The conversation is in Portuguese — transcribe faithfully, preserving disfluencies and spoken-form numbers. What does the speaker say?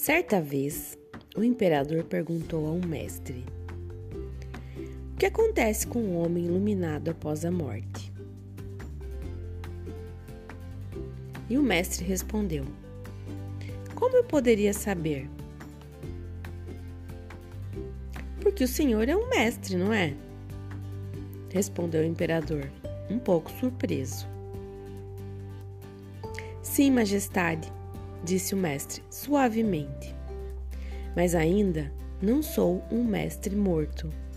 Certa vez, o imperador perguntou a um mestre: o que acontece com um homem iluminado após a morte? E o mestre respondeu: como eu poderia saber? Porque o senhor é um mestre, não é? Respondeu o imperador, um pouco surpreso. Sim, majestade, disse o mestre suavemente, mas ainda não sou um mestre morto.